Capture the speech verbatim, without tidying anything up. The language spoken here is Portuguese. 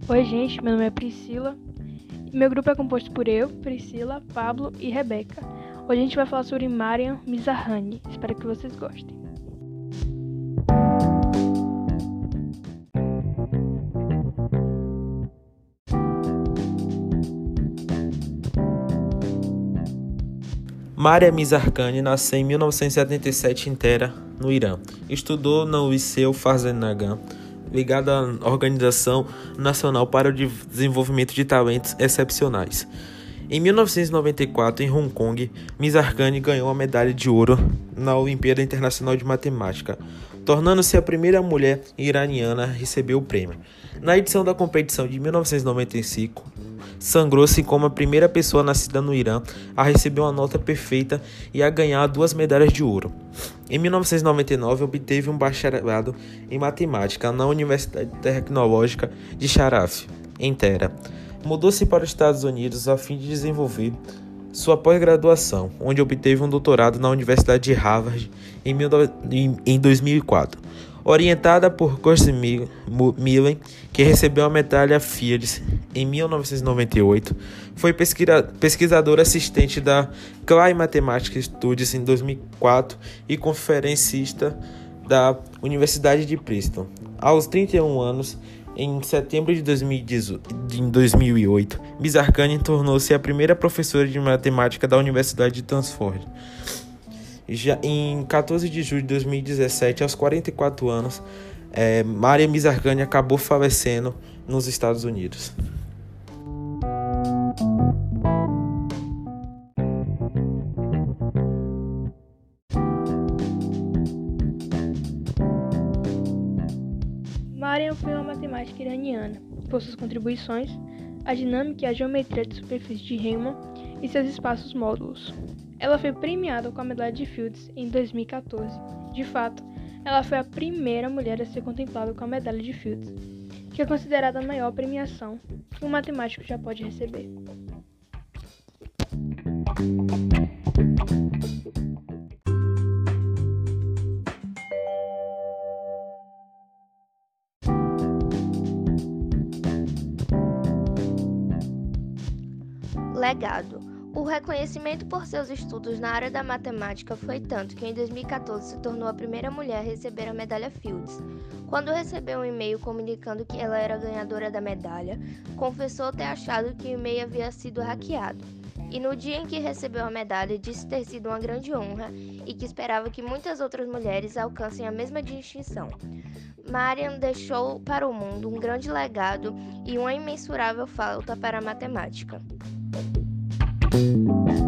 Oi, gente, meu nome é Priscila e meu grupo é composto por eu, Priscila, Pablo e Rebeca. Hoje a gente vai falar sobre Mariam Mizrahi. Espero que vocês gostem. Mariam Mizrahi nasceu em mil novecentos e setenta e sete em Tehran, no Irã. Estudou na Liceu Farzanegan, ligada à Organização Nacional para o Desenvolvimento de Talentos Excepcionais. Em mil novecentos e noventa e quatro, em Hong Kong, Mizrahi ganhou a medalha de ouro na Olimpíada Internacional de Matemática, tornando-se a primeira mulher iraniana a receber o prêmio. Na edição da competição de mil novecentos e noventa e cinco, sagrou-se como a primeira pessoa nascida no Irã a receber uma nota perfeita e a ganhar duas medalhas de ouro. Em mil novecentos e noventa e nove, obteve um bacharelado em matemática na Universidade Tecnológica de Sharaf, em Tehran. Mudou-se para os Estados Unidos a fim de desenvolver sua pós-graduação, onde obteve um doutorado na Universidade de Harvard em dois mil e quatro. Orientada por Kurt Millen, que recebeu a medalha Fields em mil novecentos e noventa e oito, foi pesquisadora assistente da Clay Mathematical Studies em dois mil e quatro e conferencista da Universidade de Princeton. Aos trinta e um anos, em setembro de dois mil e oito, Mizrahi tornou-se a primeira professora de matemática da Universidade de Stanford. Já em quatorze de julho de dois mil e dezessete, aos quarenta e quatro anos, é, Mariam Mizrahi acabou falecendo nos Estados Unidos. Mariam foi uma matemática iraniana. Por suas contribuições, a dinâmica e a geometria de superfície de Riemann e seus espaços módulos. Ela foi premiada com a medalha de Fields em dois mil e quatorze. De fato, ela foi a primeira mulher a ser contemplada com a medalha de Fields, que é considerada a maior premiação que um matemático já pode receber. Legado. O reconhecimento por seus estudos na área da matemática foi tanto que em dois mil e quatorze se tornou a primeira mulher a receber a medalha Fields. Quando recebeu um e-mail comunicando que ela era ganhadora da medalha, confessou ter achado que o e-mail havia sido hackeado. E no dia em que recebeu a medalha, disse ter sido uma grande honra e que esperava que muitas outras mulheres alcancem a mesma distinção. Mariam deixou para o mundo um grande legado e uma imensurável falta para a matemática.